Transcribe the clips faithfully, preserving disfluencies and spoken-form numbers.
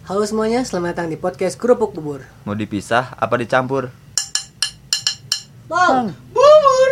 Halo semuanya, selamat datang di podcast Kerupuk Bubur. Mau dipisah apa dicampur? Bang, bubur.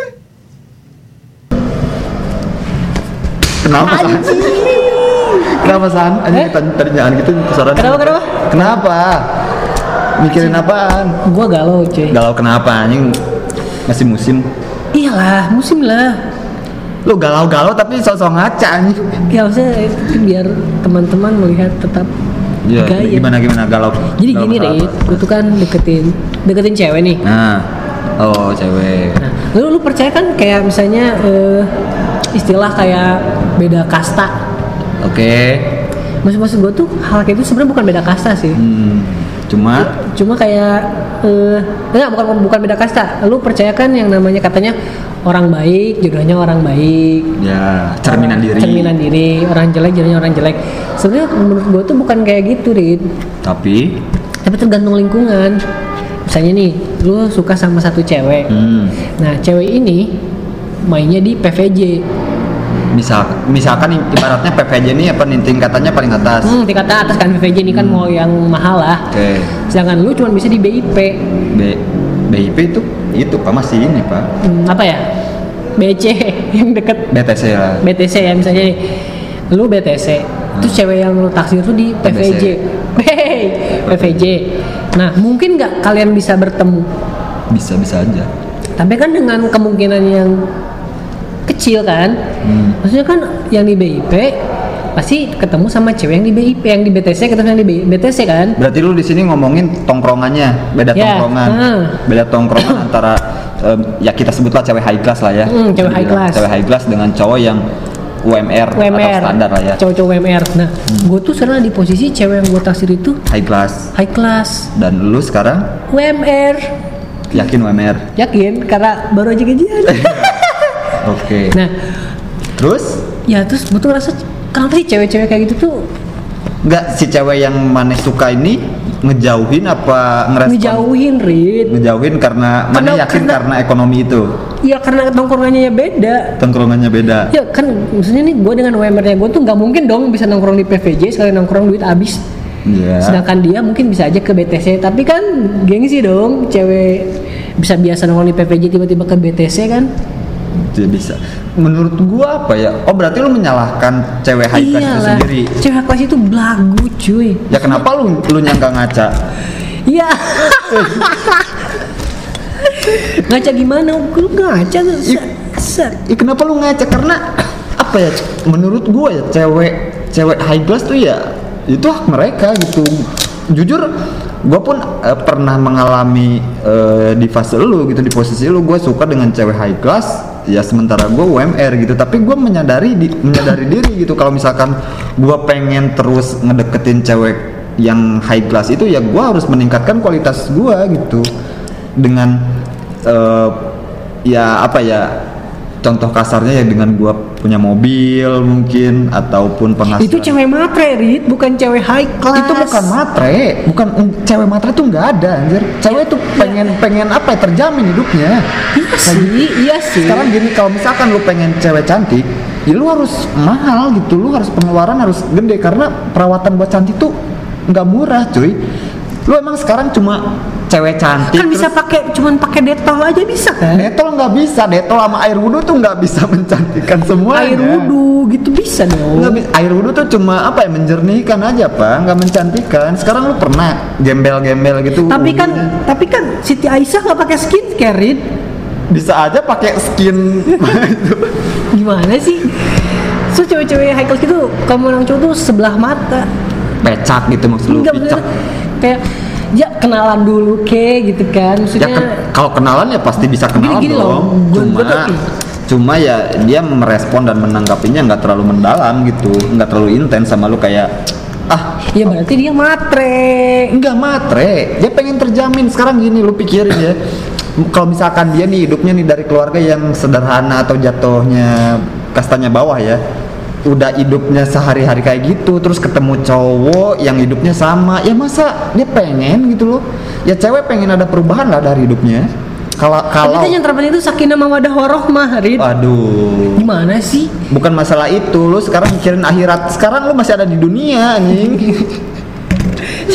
Kenapa San? Kenapa San? Anjing tadi jangan gitu kesaran. Kenapa kenapa? Kenapa? Mikirin apaan? Gua galau cuy. Galau kenapa anjing? Masih musim. Iyalah, musim lah. Lu galau-galau tapi sosok ngaca anjing. Ya maksudnya itu biar teman-teman melihat tetap Ya, gaya. gimana gimana galau. Jadi galau gini masalah Rit, apa? gue tuh kan deketin deketin cewek nih. Nah. Oh, cewek. Nah, lu lu percaya kan kayak misalnya eh, istilah kayak beda kasta. Oke. Maksud-maksud gue tuh hal kayak itu sebenarnya bukan beda kasta sih. Hmm. Cuma Cuma kayak eh enggak bukan bukan beda kasta. Lu percaya kan yang namanya katanya orang baik jodohnya orang baik. ya cerminan diri. Cerminan diri, orang jelek jodohnya orang jelek. Sebenarnya menurut gua tuh bukan kayak gitu, Rit. Tapi Tapi tergantung lingkungan. Misalnya nih, lu suka sama satu cewek. hmm, Nah, cewek ini mainnya di P V J. misal misalkan ibaratnya P V J ini apa nih tingkatannya paling atas. Hmm, tingkat atas kan P V J ini kan mau yang mahal lah. Oke. Sedangkan lu cuma bisa di B I P. B B I P itu itu Pak masih ini Pak. Hmm, apa ya? B C yang deket B T C lah. B T C ya misalnya nih. Lu B T C, terus cewek yang lu taksir tuh di P V J. Hey, P V J. Nah, mungkin nggak kalian bisa bertemu? Bisa bisa aja. Tapi kan dengan kemungkinan yang kecil kan. Hmm. Maksudnya kan yang di B I P pasti ketemu sama cewek yang di B I P, yang di B T C ketemu yang di B T C kan. Berarti lu di sini ngomongin tongkrongannya, beda Ya, tongkrongan. hmm. Beda tongkrongan antara em, ya kita sebutlah cewek high class lah ya. Hmm, cewek Bisa high dibilang class. Cewek high class dengan cowok yang U M R, U M R atau standar lah ya. cowok-cowok U M R. Nah, gue tuh sekarang di posisi cewek yang gue taksir itu High class. high class Dan lu sekarang U M R. yakin U M R? Yakin karena baru aja gajian. Oke. Nah, Terus ya terus gue tuh ngerasa kenapa sih cewek-cewek kayak gitu tuh enggak si cewek yang Maneh suka ini ngejauhin apa ngerespon? ngejauhin, Rit. Ngejauhin karena Karena- Maneh yakin karena- karena ekonomi itu. Ya karena nongkrongannya ya beda. Tongkrongannya beda. Ya kan maksudnya nih gue dengan U M R-nya gue tuh nggak mungkin dong bisa nongkrong di P V J sekali nongkrong duit habis. Iya. Sedangkan dia mungkin bisa aja ke B T C, tapi kan gengsi dong cewek bisa biasa nongkrong di P V J tiba-tiba ke B T C kan? Dia bisa. Menurut gua apa ya? Oh berarti lu menyalahkan cewek high class itu Iyalah, sendiri. cewek kelas itu belagu cuy. Ya kenapa lu lu nyangka ngaca? Iya. Ngaca gimana? Lu ngaca tuh. Ih. Set. Ya kenapa lu ngaca? Karena apa ya? Menurut gua ya cewek cewek high class tuh ya itu hak mereka gitu. Jujur gue pun eh, pernah mengalami eh, di fase lu gitu, di posisi lu gue suka dengan cewek high class ya sementara gue U M R gitu, tapi gue menyadari di, menyadari diri gitu kalau misalkan gue pengen terus ngedeketin cewek yang high class itu ya gue harus meningkatkan kualitas gue gitu dengan eh, ya apa ya contoh kasarnya ya dengan gua punya mobil mungkin ataupun penghasilan. Itu cewek matre, Rit, bukan cewek high class. Itu bukan matre, bukan cewek matre tuh nggak ada anjir. Cewek tuh pengen pengen apa ya, terjamin hidupnya. Iya sih, iya sih. Sekarang gini, kalau misalkan lu pengen cewek cantik, ya lu harus mahal gitu, lu harus pengeluaran harus gede karena perawatan buat cantik tuh nggak murah, cuy. Lu emang sekarang cuma cewek cantik kan bisa pakai cuman pakai detol aja bisa kan? Detol nggak bisa, detol sama air wudhu tuh nggak bisa mencantikkan semuanya. Air wudhu gitu bisa dong. Nggak bi- air wudhu tuh cuma apa ya, menjernihkan aja pak, nggak mencantikkan. Sekarang lu pernah gembel-gembel gitu? Tapi kan, wudhunya? tapi kan Siti Aisyah nggak pakai skincare, Rit. Bisa aja pakai skin. Gimana sih? So cewek-cewek high class gitu, kamu orang cowok tuh sebelah mata. Pecak gitu maksud lu? Enggak Picak. bener. Kayak ya kenalan dulu ke gitu kan. Ya Maksudnya ke- kalau kenalan ya pasti bisa kenalan Gini-gini loh, dong. gua- Cuma gua tuh- cuma ya dia merespon dan menanggapinya nggak terlalu mendalam gitu, nggak terlalu intens sama lu kayak ah ya berarti dia matre. enggak matre, dia pengen terjamin. Sekarang gini lu pikirin ya, kalau misalkan dia nih hidupnya nih dari keluarga yang sederhana atau jatuhnya kastanya bawah ya, udah hidupnya sehari-hari kayak gitu, terus ketemu cowok yang hidupnya sama, ya masa dia pengen gitu loh. Ya cewek pengen ada perubahan lah dari hidupnya. Kalau Tapi kalau kan yang terpenting itu sakinah mawaddah warohmah, Rid. aduh, Gimana sih? bukan masalah itu, lu sekarang mikirin akhirat. Sekarang lu masih ada di dunia anjing.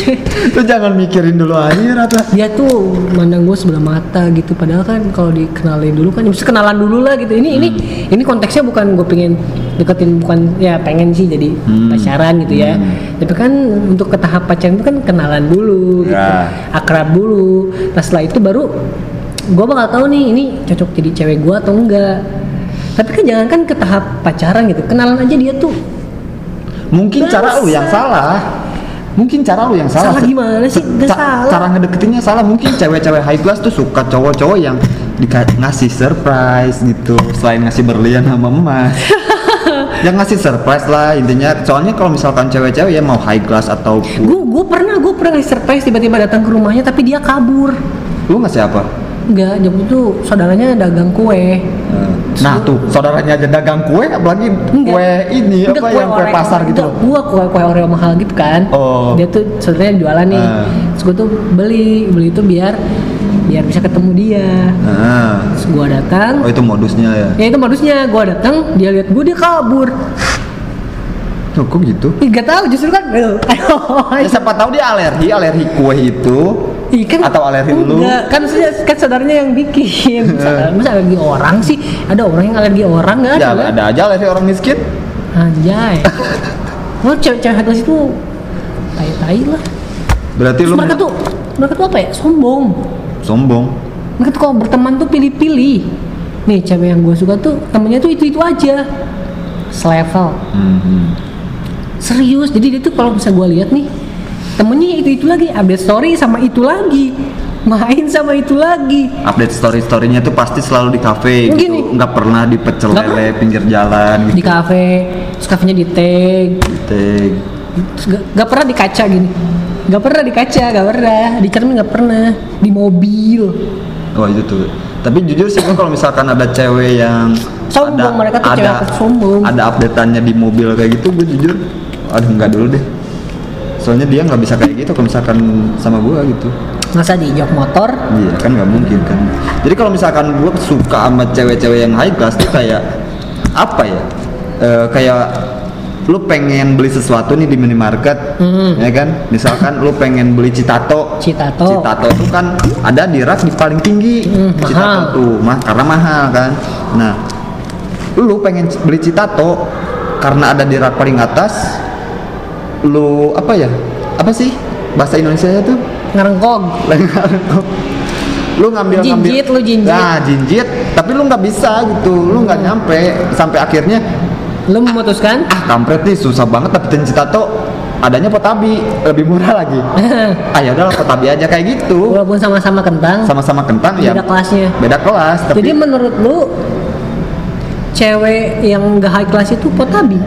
Lu jangan mikirin dulu akhirat lah. Dia tuh mandang gue sebelah mata gitu, padahal kan kalau dikenalin dulu kan mesti kenalan dulu lah gitu. Ini hmm. ini ini konteksnya bukan gue pengen deketin, bukan ya pengen sih jadi hmm. pacaran gitu ya. Hmm. Tapi kan untuk ke tahap pacaran itu kan kenalan dulu gitu. Ya. Akrab dulu. Nah setelah itu baru gue bakal tahu nih ini cocok jadi cewek gue atau enggak. Tapi kan jangan kan ke tahap pacaran gitu, kenalan aja dia tuh. Mungkin Basa. Cara lu yang salah. Mungkin cara lu yang salah. Salah gimana sih? Gak Ca- salah. Cara ngedeketinnya salah. Mungkin cewek-cewek high class tuh suka cowok-cowok yang dika- ngasih surprise gitu. Selain ngasih berlian sama emas. Yang ngasih surprise lah intinya. Soalnya kalau misalkan cewek-cewek ya mau high class atau Gue gue pernah gue pernah ngasih surprise tiba-tiba datang ke rumahnya tapi dia kabur. Lu ngasih apa? Enggak, jam itu saudaranya dagang kue. Nah tuh, saudaranya aja dagang kue, apalagi enggak. Kue ini enggak, apa kue yang kue oreo, pasar gitu. Enggak, gua kue kue Oreo mahal gitu kan. Oh. Dia tuh saudaranya jualan nih. Uh. Terus gua tuh beli, beli itu biar biar bisa ketemu dia. Uh. Terus gua datang. Oh itu modusnya ya? Ya itu modusnya, gua datang, dia lihat gua dia kabur. Oh, kok gitu? Ih, gak tahu justru kan. Ya, siapa tahu dia alergi, alergi kue itu. Ih, kan, atau alergi lu? Enggak, kan kan saudaranya yang bikin. Masa, masa alergi orang sih? Ada orang yang alergi orang nggak ada? Ya, kan? ada aja alergi orang miskin. Anjay. Oh, cewek-cewek high class itu tai-tai lah. Berarti terus lu mereka tuh mereka tuh apa ya? Sombong. Sombong. Mereka tuh kalau berteman tuh pilih-pilih. Nih, cewek yang gue suka tuh temennya tuh itu-itu aja. Selevel. Mm-hmm. Serius, jadi dia tuh kalau bisa gue lihat nih temennya itu-itu lagi, update story sama itu lagi, main sama itu lagi. Update story-storynya tuh pasti selalu di kafe gitu, nggak pernah di pecel lele pinggir jalan gitu. Di kafe, terus kafenya di tag, di tag. Gak, gak pernah di kaca gini, gak pernah di kaca, gak pernah di cermin, gak pernah di mobil. Oh itu tuh. Tapi jujur sih kalau misalkan ada cewek yang sombong, ada, mereka tuh ada, cewek sombong. Ada update-annya di mobil kayak gitu, gue jujur, aduh nggak dulu deh. Soalnya dia nggak bisa kayak gitu kalau misalkan sama gue gitu. Masa di jok motor? Iya kan nggak mungkin kan. Jadi kalau misalkan gue suka sama cewek-cewek yang high class tuh kayak apa ya? E, kayak lu pengen beli sesuatu nih di minimarket, mm. ya kan? Misalkan lu pengen beli Citato. Citato. Citato tuh kan ada di rak di paling tinggi. Mm, Citato mahal. tuh, mah karena mahal kan. Nah, lu pengen beli Citato karena ada di rak paling atas. Lu apa ya? Apa sih bahasa Indonesianya tuh? Ngerengkog. Ngerengkog. Lu ngambil jinjit, ngambil. lu jinjit. Nah, jinjit, tapi lu nggak bisa gitu. Lu nggak hmm. nyampe sampai akhirnya lu memutuskan? Ah, kampret nih susah banget dapetin Citato. Adanya Potabi, lebih murah lagi. Ah ya udahlah Potabi aja kayak gitu. Walaupun sama-sama kentang. Sama-sama kentang beda ya. Beda kelasnya. Beda kelas. Tapi jadi menurut lu cewek yang nggak high class itu Potabi?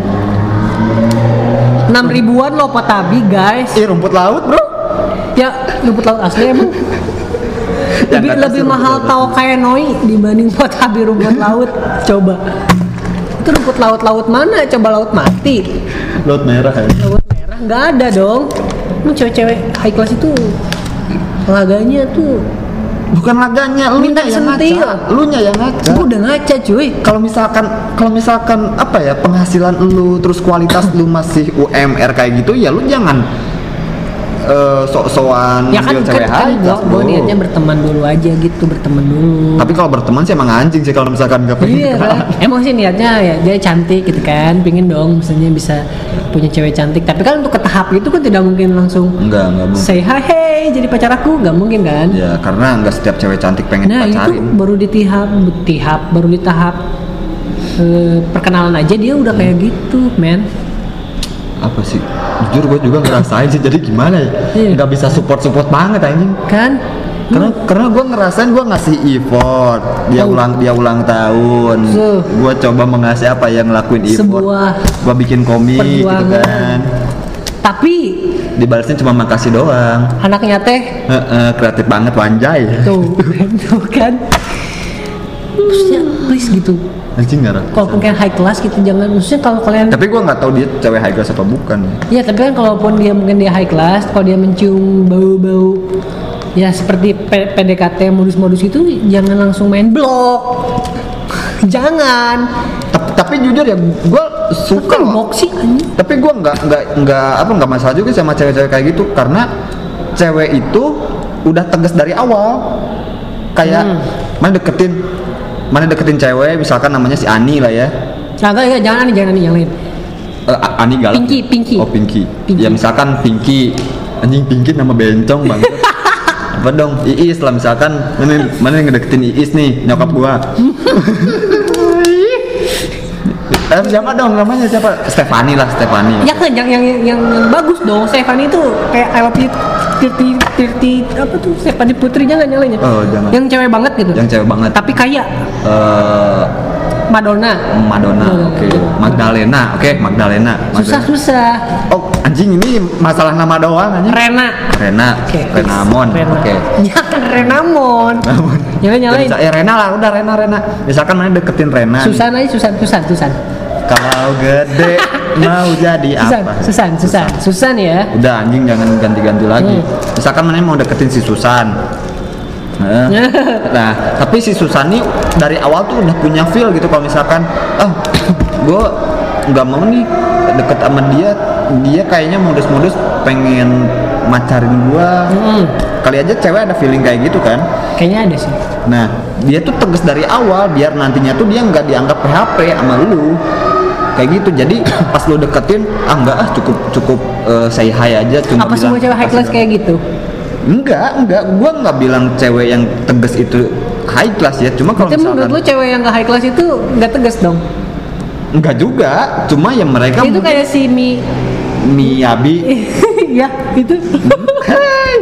enam ribuan loh Potabi guys. Ih rumput laut bro. Ya rumput laut asli emang. lebih lebih mahal tau kayak Noi dibanding Potabi rumput laut. Coba. Itu rumput laut-laut mana? Coba laut mati. Laut merah ya. Laut merah nggak ada dong. Emang cewek-cewek high class itu laganya tuh bukan laganya, lu minta yang ngaca. Lu nya yang ngaca. Gua udah ngaca cuy. Kalau misalkan kalau misalkan apa ya penghasilan lu terus kualitas lu masih U M R kayak gitu ya lu jangan uh, sok-sokan ya kan, cewek kan, high kan gue niatnya berteman dulu aja gitu, berteman dulu. Tapi kalau berteman sih emang anjing sih kalau misalkan gak pengen. Iya kan? Emang sih niatnya ya dia cantik gitu kan, pingin dong misalnya bisa punya cewek cantik. Tapi kan untuk ke tahap itu kan tidak mungkin langsung enggak, enggak mungkin. Say hi hey jadi pacar aku, nggak mungkin kan? Ya karena nggak setiap cewek cantik pengen nah, pacarin. Nah itu baru di tahap, tahap baru di tahap eh, perkenalan aja dia udah kayak gitu, men. Apa sih? Jujur gue juga ngerasain sih, jadi gimana ya? Iya. Nggak bisa support-support banget anjing. Kan? Karena hmm. karena gue ngerasain gue ngasih effort, dia oh. ulang dia ulang tahun, so. gue coba mengasih apa yang ngelakuin effort, gue bikin komik gitu kan. Tapi dibalesin cuma makasih doang. Anaknya teh e -e, kreatif banget wanjay. Tuh, tuh kan. Maksudnya please gitu. Anjing nggak? Kalau mungkin high class gitu jangan. Maksudnya kalau kalian. Tapi gue nggak tahu dia cewek high class apa bukan. Iya tapi kan kalaupun dia mungkin dia high class, kalau dia mencium bau-bau ya seperti P D K T modus-modus itu jangan langsung main blok. Jangan. Tapi, tapi jujur ya, gue suka Kan loh. boxing anjing. Tapi gue nggak nggak nggak apa nggak masalah juga sama cewek-cewek kayak gitu, karena cewek itu udah tegas dari awal. Kayak Hmm. mana deketin mana deketin cewek, misalkan namanya si Ani lah ya. Nah, enggak, enggak, jangan Ani, jangan Ani yang lain. Eh, Ani galak. Pinky, Pinky. Oh Pinky. Pinky. Ya misalkan Pinky, anjing Pinky nama bencong banget. Apa dong? Iis lah misalkan, mana mana yang ngedeketin Iis nih, nyokap gua. Eh, siapa dong namanya siapa? Stefani lah, Stefani. Ya kan yang yang yang, yang bagus dong. Stefani itu kayak I love you Tirti Tirti apa tuh Stefani Putri, jangan nyalain ya. Oh, jangan. Yang cewek banget gitu. Yang cewek banget. Tapi kaya. Eh, Madonna. Madonna, oke. Magdalena, oke, Magdalena. Susah susah. Oh, anjing ini masalah nama doang anjing. Rena. Rena, Oke. Renamon, Rena. oke. Jangan Renamon. Renamon. Jangan nyalain. Ya Rena lah, udah Rena Rena. Misalkan mana deketin Rena. Susan aja Susan Susan Susan. Kalau gede mau jadi Susan apa? Susan Susan Susan ya. Udah anjing jangan ganti-ganti lagi. Hmm. Misalkan mana mau deketin si Susan. Nah, nah, tapi si Susan nih dari awal tuh udah punya feel gitu kalau misalkan, ah, gue nggak mau nih deket sama dia, dia kayaknya modus-modus pengen macarin gua. Hmm. Kali aja cewek ada feeling kayak gitu kan. Kayaknya ada sih. Nah, dia tuh tegas dari awal biar nantinya tuh dia nggak dianggap P H P sama lu. Kayak gitu. Jadi pas lu deketin, ah enggak ah cukup cukup uh, say hi aja cuma Apa bilang, semua cewek high class kasih kayak gitu? Enggak, enggak. Gua nggak bilang cewek yang tegas itu high class ya. Cuma kalau Tapi misalkan menurut lu cewek yang gak high class itu nggak tegas dong? enggak juga. Cuma ya mereka Itu mungkin kayak si Mi. Miyabi. Ya itu. Hai.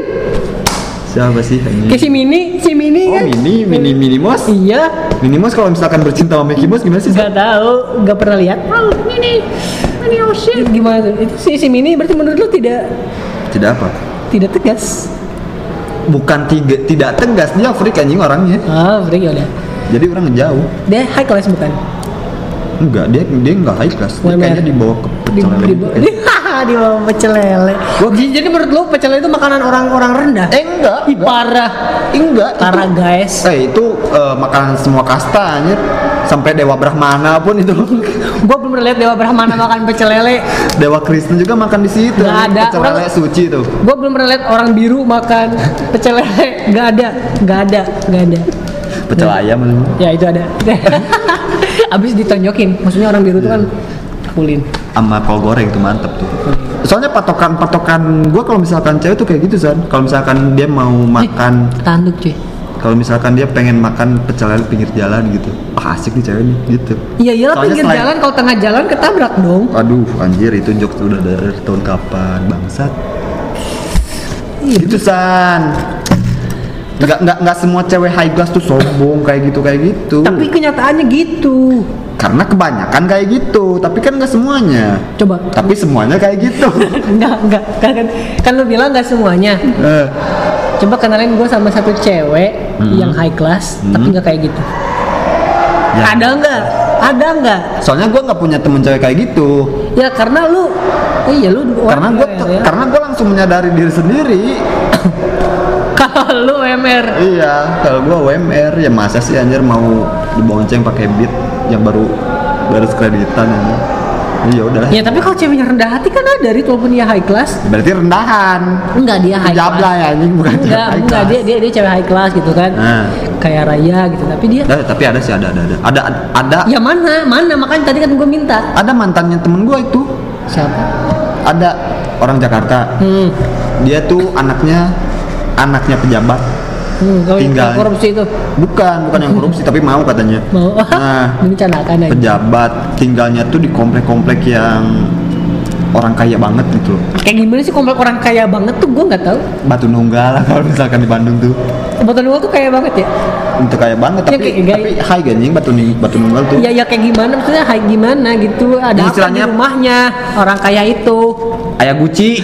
Siapa sih ini? Kayak si Mini, si Mini Oh, kan? Mini, Mini, Minimos. Iya. Minimos kalau misalkan bercinta sama Mickey Mouse gimana sih? Gak tahu, gak pernah lihat. Oh, Mini, Mini oh shit. Gimana tuh? Itu si si Mini berarti menurut lu tidak Tidak apa? tidak tegas? Bukan tiga, tidak tegas, dia freak anjing orangnya. Ah, break ya udah. Jadi orang ngejauh. Dia high class bukan? Enggak, dia dia enggak high class. Dia W M R. kayaknya dibawa ke Di, pecel lele di, gitu. di, di bawah pecel lele. Gua- Jadi, jadi menurut lu pecel lele itu makanan orang-orang rendah? Eh enggak, Ih, enggak. parah. Enggak. Parah itu- guys. Eh itu eh, makanan semua kasta anjir. Sampai Dewa Brahmana pun itu. Gua belum pernah lihat Dewa Brahmana makan pecel lele. Dewa Kristen juga makan di situ. Nggak anjing. ada. Pecel Orang- lele suci tuh. Gua belum pernah lihat orang biru makan pecel lele. Gak ada, gak ada, gak ada. Pecel ayam itu. Ya itu ada. Abis ditonjokin. Maksudnya orang biru itu kan kulin. Sama kol goreng tuh mantep tuh. Soalnya patokan-patokan gue kalau misalkan cewek tuh kayak gitu San. Kalau misalkan dia mau makan, Tanduk cuy. kalau misalkan dia pengen makan pecel lele pinggir jalan gitu, ah asik nih cewek nih gitu. Iya iyalah Soalnya pinggir selain- jalan kalau tengah jalan ketabrak dong. Aduh anjir itu jokes udah dari tahun kapan bangsat. Iya. Gitu San. Nggak, nggak, nggak semua cewek high class tuh sombong kayak gitu kayak gitu. Tapi kenyataannya gitu. Karena kebanyakan kayak gitu, tapi kan nggak semuanya. Coba. Tapi semuanya kayak gitu. Enggak, enggak. Kan, kan, kan lu bilang enggak semuanya. Eh, Coba kenalin gue sama satu cewek Hmm. yang high class Hmm. tapi enggak kayak gitu. ya. Ada enggak? Ada enggak? Soalnya gue nggak punya temen cewek kayak gitu. Ya karena lu oh iya lu Karena gue ya. karena gue langsung menyadari diri sendiri. Kalau lu W M R. Iya, kalau gue W M R ya masa sih anjir mau dibonceng pakai beat yang baru baru kreditan anjir. Iya udah. Ya tapi kalau ceweknya rendah hati kan ada Rit, walaupun dia high class. Berarti rendahan. Enggak dia high Jabla class. ya anjing bukan cewek Enggak, high enggak class. dia dia dia cewek high class gitu kan. Nah. Kayak Raya gitu, tapi dia Nah, tapi ada sih ada ada ada ada ada ya mana? Mana? Makanya tadi kan gue minta. ada mantannya temen gue itu. Siapa? Ada orang Jakarta. Hmm. Dia tuh anaknya anaknya pejabat. Hmm, kalau yang Tinggal. korupsi itu Bukan, bukan yang korupsi tapi mau katanya. mau Nah, merencanakan aja. pejabat tinggalnya tuh di komplek-komplek yang orang kaya banget gitu loh. Kayak gimana sih komplek orang kaya banget tuh gue nggak tahu. Batu Nunggal lah kalau misalkan di Bandung tuh. Batu Nunggal tuh kaya banget ya. Untuk kaya banget Ya, tapi kayak gaya- tapi high ganjing Batu Ning- Batu Nunggal tuh. Ya ya kayak gimana maksudnya high gimana gitu. Ada apa di Istilahnya- rumahnya orang kaya itu. Ayah Gucci.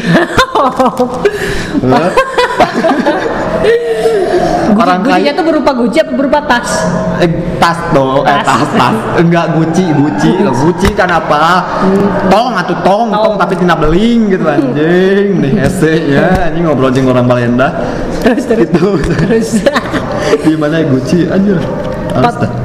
Orang Gucci-nya kaya tuh berupa Gucci apa berupa tas? eh, tas dong, eh Tas. tas tas. Enggak Gucci, Gucci. Lah Gucci kan apa? Tong atuh tong, tong, Tong. tapi tina beling gitu anjing. Nih hese ya, anjing ngobrol jeung orang Balenda. Terus terus Itu. terus. Di mana Gucci anjir. Pat-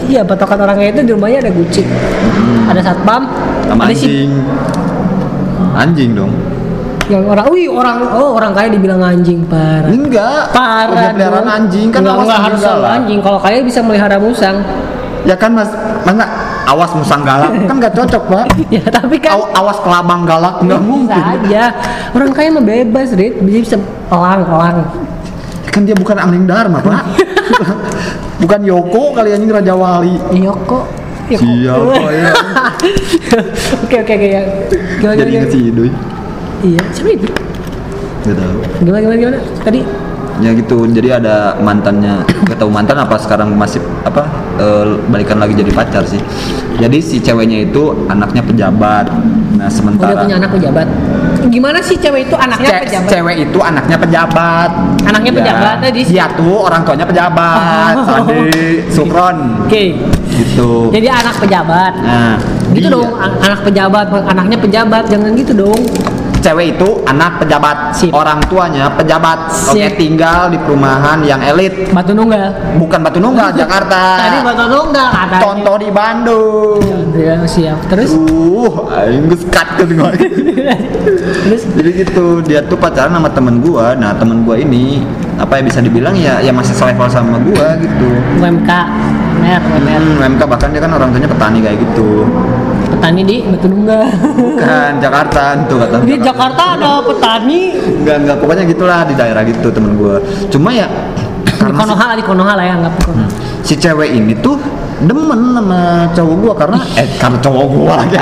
Iya, patokan orangnya itu di rumahnya ada Gucci, hmm. ada satpam, sama ada anjing. Si... Anjing dong. Yang orang, wih orang, oh orang kaya dibilang anjing parah. Enggak. Parah. Peliharaan anjing kan. Enggak, enggak harus selalu anjing. Kalau kaya bisa melihara musang. Ya kan mas, mana awas musang galak kan nggak cocok pak. Ya tapi kan. Aw, awas kelabang galak nggak mungkin. Bisa aja. Orang kaya mah bebas, Rit. Bisa bisa pelang pelang. Kan dia bukan Angling Dharma pak. Bukan Yoko kali anjing Raja Wali. Yoko. Siap pak ya. Oke oke oke ya. Gimana, jadi inget si Idoi. Iya, siapa itu? Gak tahu. Gimana gimana gimana? Tadi? Ya gitu, jadi ada mantannya, gak tahu mantan apa sekarang masih apa e, balikan lagi jadi pacar sih. Jadi si ceweknya itu anaknya pejabat. Nah sementara. Oh, dia punya anak pejabat. Gimana sih cewek itu anaknya Ce- pejabat? Cewek itu anaknya pejabat. Anaknya ya. pejabat tadi. Dia tuh orang tuanya pejabat. Oh. Sandi Sukron. Oke. Okay. Gitu. Jadi anak pejabat. Nah, gitu dia. dong, anak pejabat, anaknya pejabat, jangan gitu dong. Cewek itu anak pejabat, Sip. orang tuanya pejabat. Oke, Sip. tinggal di perumahan yang elit. Batu Nunggal. Bukan Batu Nunggal, Jakarta. Tadi Batu Nunggal katanya. Contoh di Bandung. Ya, siap. Terus? Uh, aing geus cut ke tengok. Terus? Jadi gitu, dia tuh pacaran sama temen gua. Nah, temen gua ini apa ya bisa dibilang ya ya masih selevel sama gua gitu. U M K, U M R, U M R. Hmm, U M K bahkan dia kan orang tuanya petani kayak gitu. Petani di Batu Nunggal. Bukan Jakarta tuh kata. Di Jakarta ada petani. Enggak enggak pokoknya gitulah di daerah gitu temen gua. Cuma ya Di karena Konoha lah, di Konoha lah ya, anggap di Konoha. si, si cewek ini tuh demen sama cowok gua karena eh karena cowok gua lagi.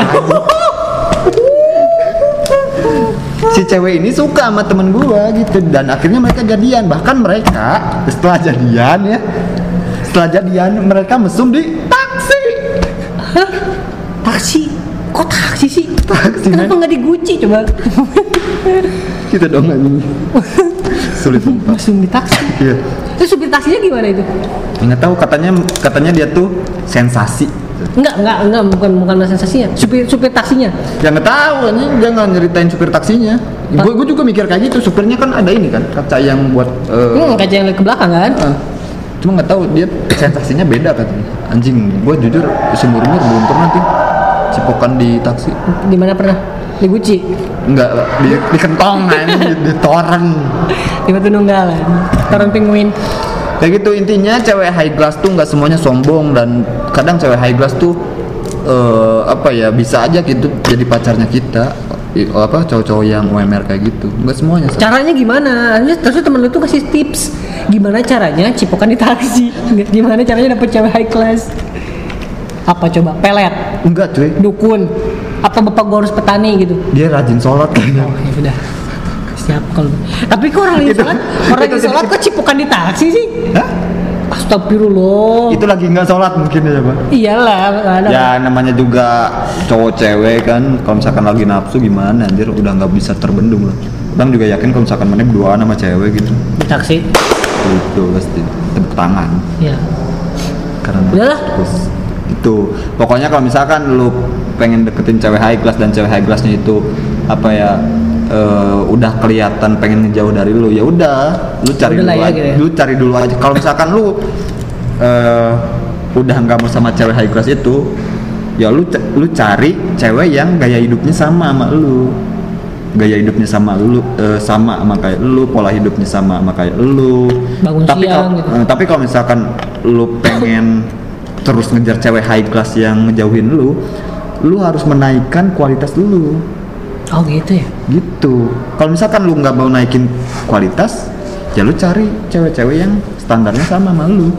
Si cewek ini suka sama temen gua gitu dan akhirnya mereka jadian. Bahkan mereka setelah jadian ya setelah jadian mereka mesum di taksi. Hah? Taksi? Kok taksi sih? Taksi, kenapa nggak di Gucci coba? Kita dong anjing. Sulit sumpah. Langsung di taksi. Iya. Terus supir taksinya gimana itu? Nggak tahu katanya katanya dia tuh sensasi. Enggak, enggak, enggak, bukan bukan sensasinya. Supir supir taksinya. Ya nggak tahu anjing dia nggak nyeritain supir taksinya. Gue gue juga mikir kayak gitu. Supirnya kan ada ini kan kaca yang buat uh, Hmm, kaca yang ke belakang kan? uh, cuma nggak tahu dia sensasinya beda katanya. Anjing, gue jujur seumur umur belum pernah tuh cipokan di taksi. Di mana pernah? Di Gucci. Enggak, di, di kentong anjing, di, di toren. Di Batu Nunggal. Toren Penguin. Kayak gitu intinya cewek high class tuh nggak semuanya sombong dan kadang cewek high class tuh uh, apa ya bisa aja gitu jadi pacarnya kita. I, apa cowok-cowok yang U M R kayak gitu nggak semuanya so. Caranya gimana? Terus temen lu tuh kasih tips gimana caranya cipokan di taksi. Gimana caranya dapet cewek high class? Apa coba? Pelet? Enggak cuy, Dukun? Apa bapak gua harus petani gitu? dia rajin sholat kayaknya. Oh ya udah. Siap kalau. Tapi kok orang yang Itu- sholat, orang itu yang sholat jadi- kok cipokan di taksi sih? Hah? Astagfirullah. Itu lagi nggak sholat mungkin ya pak. Iyalah, nggak ada. Ya namanya juga cowok cewek kan kalau misalkan lagi nafsu gimana anjir udah nggak bisa terbendung lah. Bang juga yakin kalau misalkan mana berduaan sama cewek gitu Di taksi. itu pasti tepuk tangan Iya. karena Udahlah. terus itu pokoknya kalau misalkan lu pengen deketin cewek high class dan cewek high classnya itu apa ya eh, udah kelihatan pengen ngejauh dari lu ya udah lu cari Udah lah dulu ya, aja gitu ya. lu cari dulu aja kalau misalkan lu eh, udah nggak mau sama cewek high class itu ya lu ca- lu cari cewek yang gaya hidupnya sama sama lu gaya hidupnya sama lu eh, sama sama kayak lu pola hidupnya sama sama kayak lu Bangun tapi siang kalau gitu. eh, tapi kalau misalkan lu pengen terus ngejar cewek high class yang ngejauhin lu lu harus menaikkan kualitas lu Oh gitu ya. gitu kalau misalkan lu nggak mau naikin kualitas ya lu cari cewek-cewek yang standarnya sama sama lu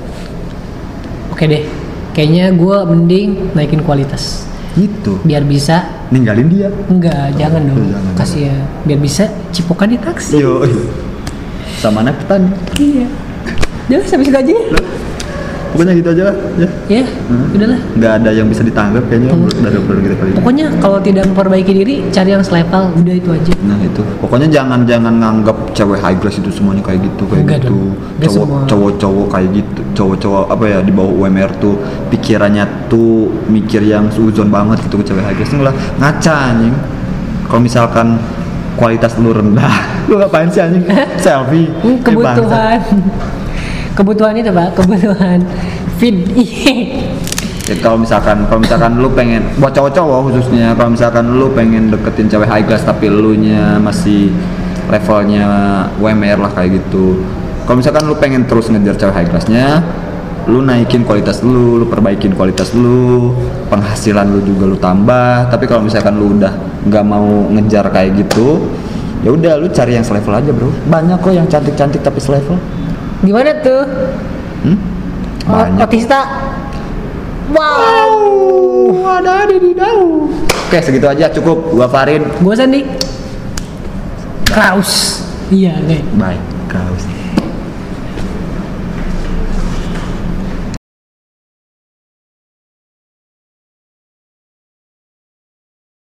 Oke deh. Kayaknya gue mending naikin kualitas gitu biar bisa. ninggalin dia Enggak, jangan dong. Oh, jangan. Kasih ya. Biar bisa cipokan di taksi. yo sama anak petani Iya. Udah sampai situ aja ya. pokoknya gitu aja lah ya Ya, udahlah. nggak ada yang bisa ditanggap kayaknya Hmm. dari obrolan kita kali ini Pokoknya kalau tidak memperbaiki diri, cari yang selevel. Udah itu aja. nah itu pokoknya jangan jangan nganggap cewek high class itu semuanya kayak gitu kayak Enggak gitu dong. Enggak cowok semua. cowok-cowok kayak gitu cowok-cowok apa ya di bawah U M R tuh pikirannya tuh mikir yang suzon banget gitu ke cewek high class enggak lah ngaca anjing kalau misalkan kualitas lu rendah lu ngapain sih anjing selfie Hmm, Eh, bangsa. kebutuhan. Kebutuhan itu Pak, kebutuhan feed. Jadi kalau misalkan kalau misalkan lu pengen buat cowok-cowok khususnya, kalau misalkan lu pengen deketin cewek high class tapi lu nya masih levelnya W M R lah kayak gitu. Kalau misalkan lu pengen terus ngejar cewek high classnya, lu naikin kualitas lu, lu perbaikin kualitas lu, penghasilan lu juga lu tambah. Tapi kalau misalkan lu udah nggak mau ngejar kayak gitu, ya udah lu cari yang selevel aja bro. Banyak kok yang cantik-cantik tapi selevel. Gimana tuh? Hmm? Banyak. Otista. Wow. Ada ada di daun. Oke segitu aja cukup. Gua Farin. Gua Sandi. Kraus. Iya, oke. Bye. Kraus.